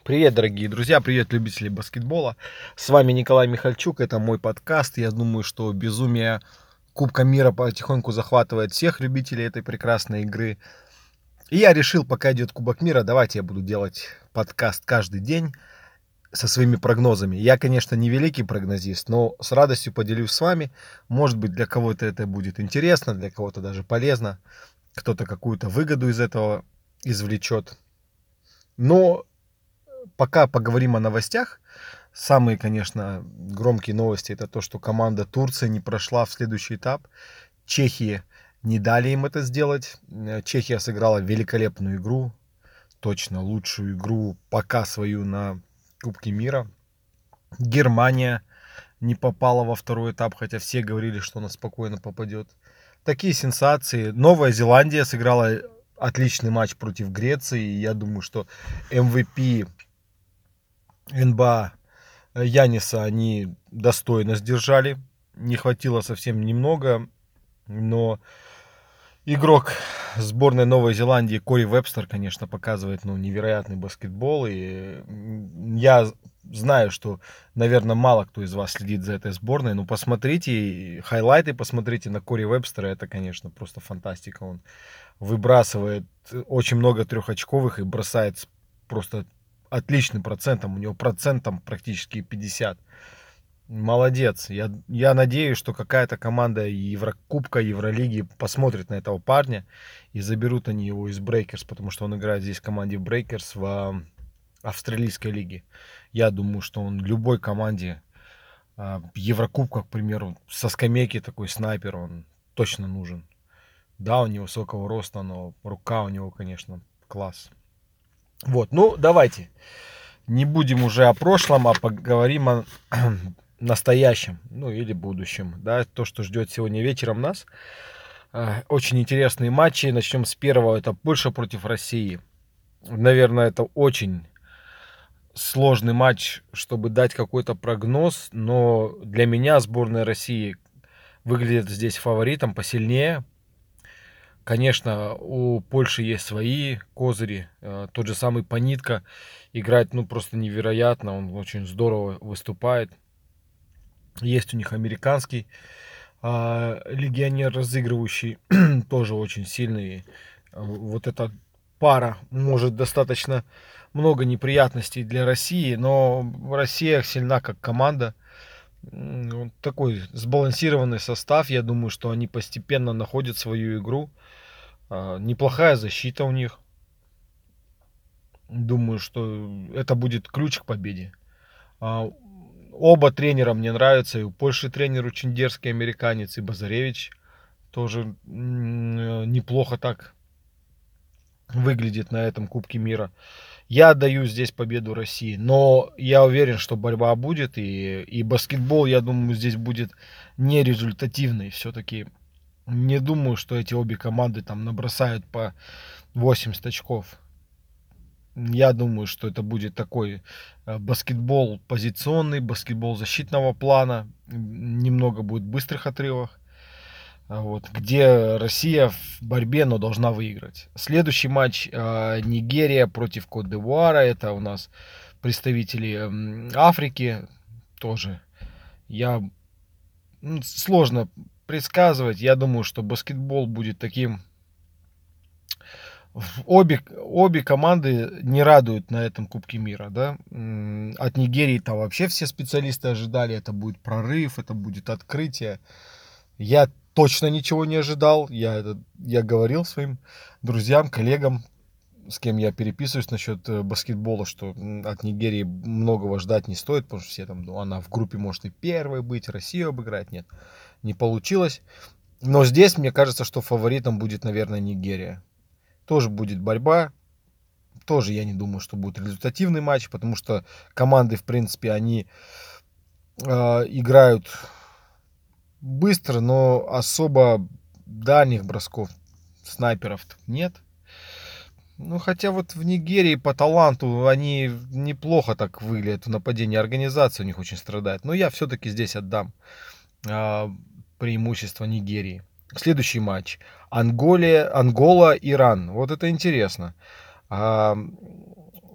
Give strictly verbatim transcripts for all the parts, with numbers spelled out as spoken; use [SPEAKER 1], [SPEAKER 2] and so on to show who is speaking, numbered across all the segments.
[SPEAKER 1] Привет, дорогие друзья, привет, любители баскетбола. С вами Николай Михальчук, это мой подкаст. Я думаю, что безумие Кубка мира потихоньку захватывает всех любителей этой прекрасной игры. И я решил, пока идет Кубок мира, давайте я буду делать подкаст каждый день со своими прогнозами. Я, конечно, не великий прогнозист, но с радостью поделюсь с вами. Может быть, для кого-то это будет интересно, для кого-то даже полезно. Кто-то какую-то выгоду из этого извлечет. Но пока поговорим о новостях. Самые, конечно, громкие новости — это то, что команда Турции не прошла в следующий этап. Чехии не дали им это сделать. Э, Чехия сыграла великолепную игру, точно лучшую игру пока свою на Кубке мира. Германия не попала во второй этап, хотя все говорили, что она спокойно попадет. Такие сенсации. Новая Зеландия сыграла отличный матч против Греции. Я думаю, что эм вэ пэ эн бэ а Яниса они достойно сдержали. Не хватило совсем немного, но игрок сборной Новой Зеландии Кори Вебстер, конечно, показывает ну, невероятный баскетбол. И я знаю, что, наверное, мало кто из вас следит за этой сборной. Но посмотрите хайлайты, посмотрите на Кори Вебстера. Это, конечно, просто фантастика. Он выбрасывает очень много трехочковых и бросает просто отличным процентом. У него процентом практически пятьдесят. Молодец. Я, я надеюсь, что какая-то команда Еврокубка, Евролиги посмотрит на этого парня и заберут они его из Брейкерс, потому что он играет здесь в команде Брейкерс в а, австралийской лиге. Я думаю, что он любой команде а, Еврокубка, к примеру, со скамейки такой снайпер, он точно нужен. Да, он невысокого роста, но рука у него, конечно, класс. Вот, ну давайте не будем уже о прошлом, а поговорим о настоящем, ну или будущем, да, то, что ждет сегодня вечером нас. Э, Очень интересные матчи. Начнем с первого. Это Польша против России. Наверное, это очень сложный матч, чтобы дать какой-то прогноз, но для меня сборная России выглядит здесь фаворитом посильнее. Конечно, у Польши есть свои козыри. Э, Тот же самый Панитка играет, ну, просто невероятно. Он очень здорово выступает. Есть у них американский а, легионер разыгрывающий, тоже очень сильный. Вот эта пара может достаточно много неприятностей для России, но Россия сильна как команда. М, вот такой сбалансированный состав. Я думаю, что они постепенно находят свою игру. А, Неплохая защита у них. Думаю, что это будет ключ к победе. А, Оба тренера мне нравятся. И у Польши тренер очень дерзкий американец, и Базаревич тоже м, неплохо так выглядит на этом Кубке мира. Я отдаю здесь победу России, но я уверен, что борьба будет, и, и баскетбол, я думаю, здесь будет нерезультативный. Все-таки не думаю, что эти обе команды там набросают по восемьдесят очков. Я думаю, что это будет такой э, баскетбол позиционный, баскетбол защитного плана. М, Немного будет быстрых отрывов. А Вот, где Россия в борьбе, но должна выиграть. Следующий матч э, Нигерия против Кот-д'Ивуара. Это у нас представители м, Африки. Тоже я м, сложно предсказывать. Я думаю, что баскетбол будет таким. Обе, обе команды не радуют на этом Кубке мира. Да? М, От Нигерии там вообще все специалисты ожидали, это будет прорыв, это будет открытие. Я точно ничего не ожидал. Я, это, я говорил своим друзьям, коллегам, с кем я переписываюсь насчет э, баскетбола, что м, от Нигерии многого ждать не стоит, потому что все там, ну, она в группе может и первой быть, Россию обыграть. Нет, не получилось. Но здесь мне кажется, что фаворитом будет, наверное, Нигерия. Тоже будет борьба. Тоже я не думаю, что будет результативный матч, потому что команды, в принципе, они э, играют быстро, но особо дальних бросков снайперов нет. Ну, хотя вот в Нигерии по таланту они неплохо так выглядят в нападении. Организация у них очень страдает. Но я все-таки здесь отдам а, преимущество Нигерии. Следующий матч. Анголия, Ангола, Иран. Вот это интересно. А,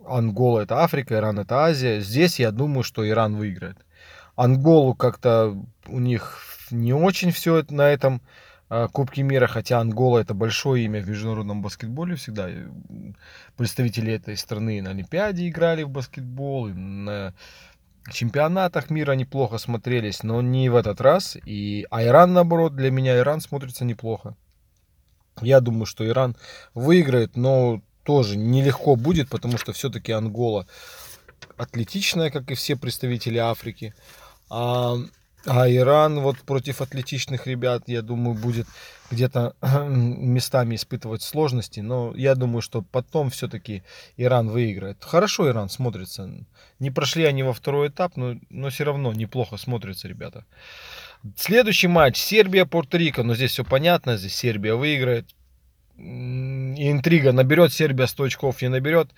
[SPEAKER 1] Ангола это Африка, Иран это Азия. Здесь я думаю, что Иран выиграет. Анголу как-то у них не очень все это на этом а, Кубке мира, хотя Ангола это большое имя в международном баскетболе всегда. И, представители этой страны на Олимпиаде играли в баскетбол, и на чемпионатах мира неплохо смотрелись, но не в этот раз. И а Иран, наоборот, для меня Иран смотрится неплохо. Я думаю, что Иран выиграет, но тоже нелегко будет, потому что все-таки Ангола атлетичная, как и все представители Африки. А, а Иран вот против атлетичных ребят, я думаю, будет где-то местами испытывать сложности. Но я думаю, что потом все-таки Иран выиграет. Хорошо Иран смотрится. Не прошли они во второй этап, но, но все равно неплохо смотрятся ребята. Следующий матч Сербия-Пуэрто-Рико. Но здесь все понятно. Здесь Сербия выиграет. И интрига, наберет Сербия сто очков, не наберет.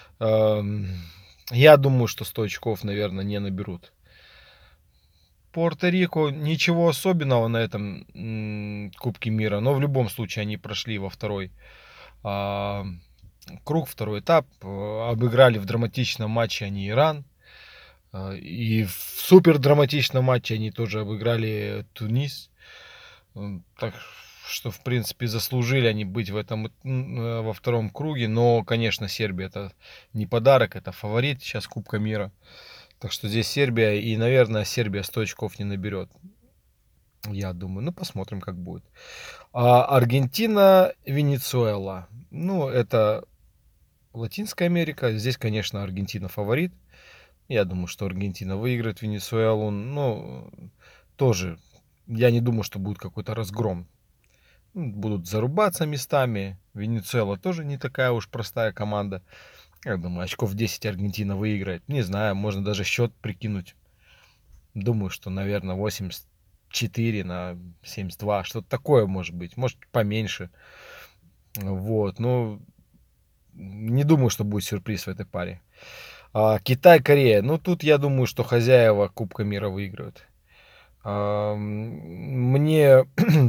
[SPEAKER 1] Я думаю, что сто очков, наверное, не наберут. Пуэрто-Рико ничего особенного на этом Кубке мира, но в любом случае они прошли во второй а, круг, второй этап, обыграли в драматичном матче они Иран, и в супер драматичном матче они тоже обыграли Тунис. Так что, в принципе, заслужили они быть в этом во втором круге, но, конечно, Сербия это не подарок, это фаворит сейчас Кубка мира. Так что здесь Сербия, и, наверное, Сербия сто очков не наберет. Я думаю, ну посмотрим, как будет. А Аргентина, Венесуэла. Ну, это Латинская Америка. Здесь, конечно, Аргентина фаворит. Я думаю, что Аргентина выиграет Венесуэлу. Но тоже, я не думаю, что будет какой-то разгром. Будут зарубаться местами. Венесуэла тоже не такая уж простая команда. Я думаю, очков десять Аргентина выиграет. Не знаю, можно даже счет прикинуть. Думаю, что, наверное, восемьдесят четыре на семьдесят два. Что-то такое может быть. Может, поменьше. Вот. Но не думаю, что будет сюрприз в этой паре. А, Китай-Корея. Ну, тут я думаю, что хозяева Кубка мира выиграют. А, мне,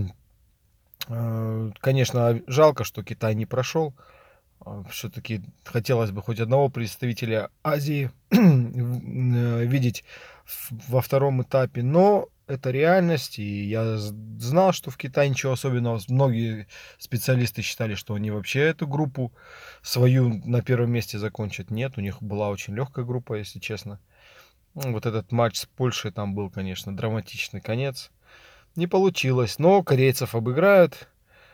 [SPEAKER 1] конечно, жалко, что Китай не прошел. Все-таки хотелось бы хоть одного представителя Азии видеть во втором этапе, но это реальность, и я знал, что в Китае ничего особенного. Многие специалисты считали, что они вообще эту группу свою на первом месте закончат. Нет, у них была очень легкая группа, если честно. Вот этот матч с Польшей там был, конечно, драматичный конец. Не получилось, но корейцев обыграют.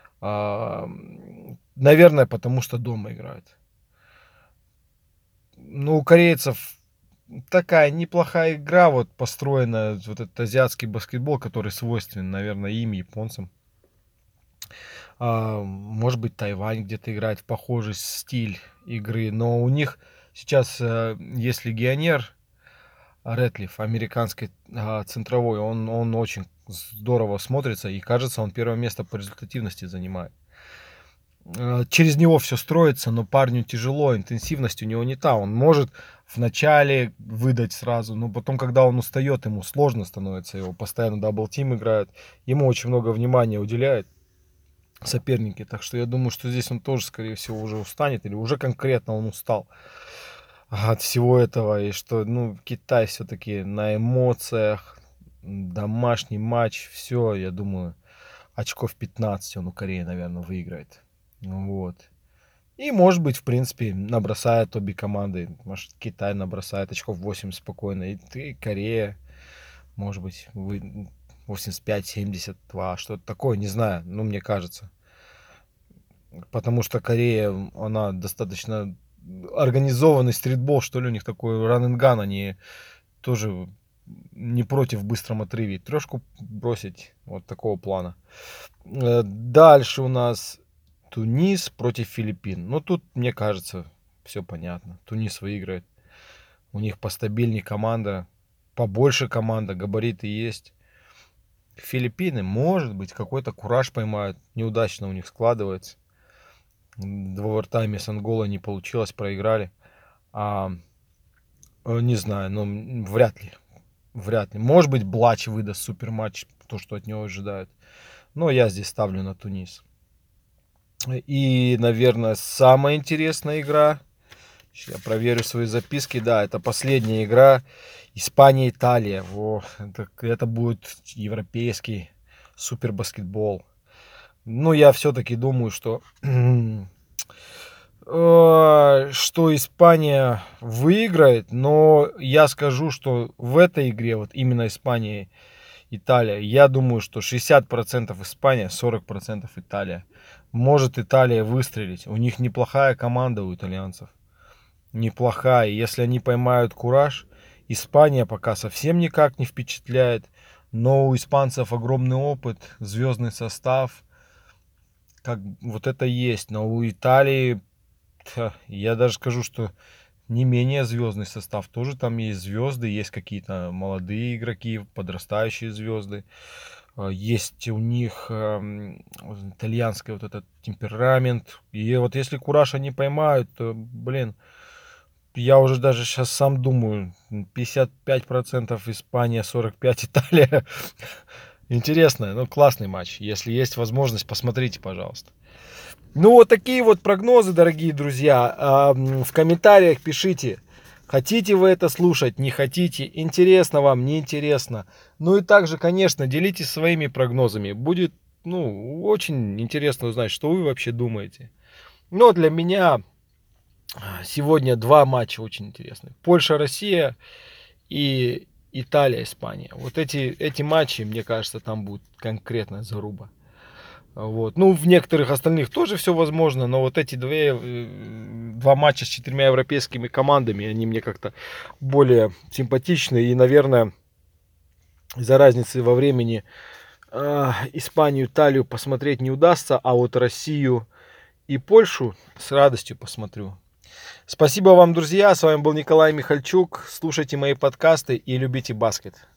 [SPEAKER 1] Наверное, потому что дома играют. Ну, у корейцев такая неплохая игра, вот построена, вот этот азиатский баскетбол, который свойственен, наверное, им, японцам. А, может быть, Тайвань где-то играет в похожий стиль игры, но у них сейчас есть легионер Рэдклифф, американский а, центровой, он, он очень здорово смотрится, и кажется, он первое место по результативности занимает. Через него все строится, но парню тяжело, интенсивность у него не та. Он может в начале выдать сразу, но потом, когда он устает, ему сложно становится. Его постоянно даблтим играют. Ему очень много внимания уделяют соперники. Так что я думаю, что здесь он тоже, скорее всего, уже устанет. Или уже конкретно он устал от всего этого. И что, ну, Китай все-таки на эмоциях, домашний матч, все, я думаю, очков пятнадцать он у Кореи, наверное, выиграет. Вот. И, может быть, в принципе, набросает обе команды. Может, Китай набросает очков восемь спокойно. И, и Корея, может быть, восемьдесят пять семьдесят два. Что-то такое, не знаю. Ну, мне кажется. Потому что Корея, она достаточно организованный стритбол, что ли, у них такой run-and-gun. Они тоже не против в быстром отрыве. Трешку бросить. Вот такого плана. Дальше у нас Тунис против Филиппин. Ну, тут, мне кажется, все понятно. Тунис выиграет. У них постабильнее команда, побольше команда, габариты есть. Филиппины, может быть, какой-то кураж поймают. Неудачно у них складывается. В овертайме с Анголой не получилось, проиграли. А, не знаю, но вряд ли. Вряд ли. Может быть, Блач выдаст супер матч, то, что от него ожидают. Но я здесь ставлю на Тунис. И, наверное, самая интересная игра Я проверю свои записки. Да, это последняя игра. Испания-Италия. Во, это, это будет европейский супербаскетбол. Ну, я все-таки думаю, что, что Испания выиграет. Но я скажу, что в этой игре, вот именно Испания, Италия, я думаю, что шестьдесят процентов Испания, сорок процентов Италия. Может Италия выстрелить. У них неплохая команда у итальянцев. Неплохая. Если они поймают кураж, Испания пока совсем никак не впечатляет. Но у испанцев огромный опыт, звездный состав. Как вот это есть. Но у Италии, я даже скажу, что не менее звездный состав. Тоже там есть звезды, есть какие-то молодые игроки, подрастающие звезды. Есть у них э, итальянский вот этот темперамент. И вот если кураж они поймают, то, блин, я уже даже сейчас сам думаю, пятьдесят пять процентов Испания, сорок пять процентов Италия. Интересно, ну классный матч. Если есть возможность, посмотрите, пожалуйста. Ну вот такие вот прогнозы, дорогие друзья. В комментариях пишите, хотите вы это слушать, не хотите, интересно вам, не интересно. Ну и также, конечно, делитесь своими прогнозами. Будет, ну, очень интересно узнать, что вы вообще думаете. Но для меня сегодня два матча очень интересных. Польша-Россия и Италия-Испания. Вот эти, эти матчи, мне кажется, там будет конкретно заруба. Вот. Ну, в некоторых остальных тоже все возможно, но вот эти две, два матча с четырьмя европейскими командами, они мне как-то более симпатичны. И, наверное, из-за разницы во времени э, Испанию, Италию посмотреть не удастся, а вот Россию и Польшу с радостью посмотрю. Спасибо вам, друзья. С вами был Николай Михальчук. Слушайте мои подкасты и любите баскет.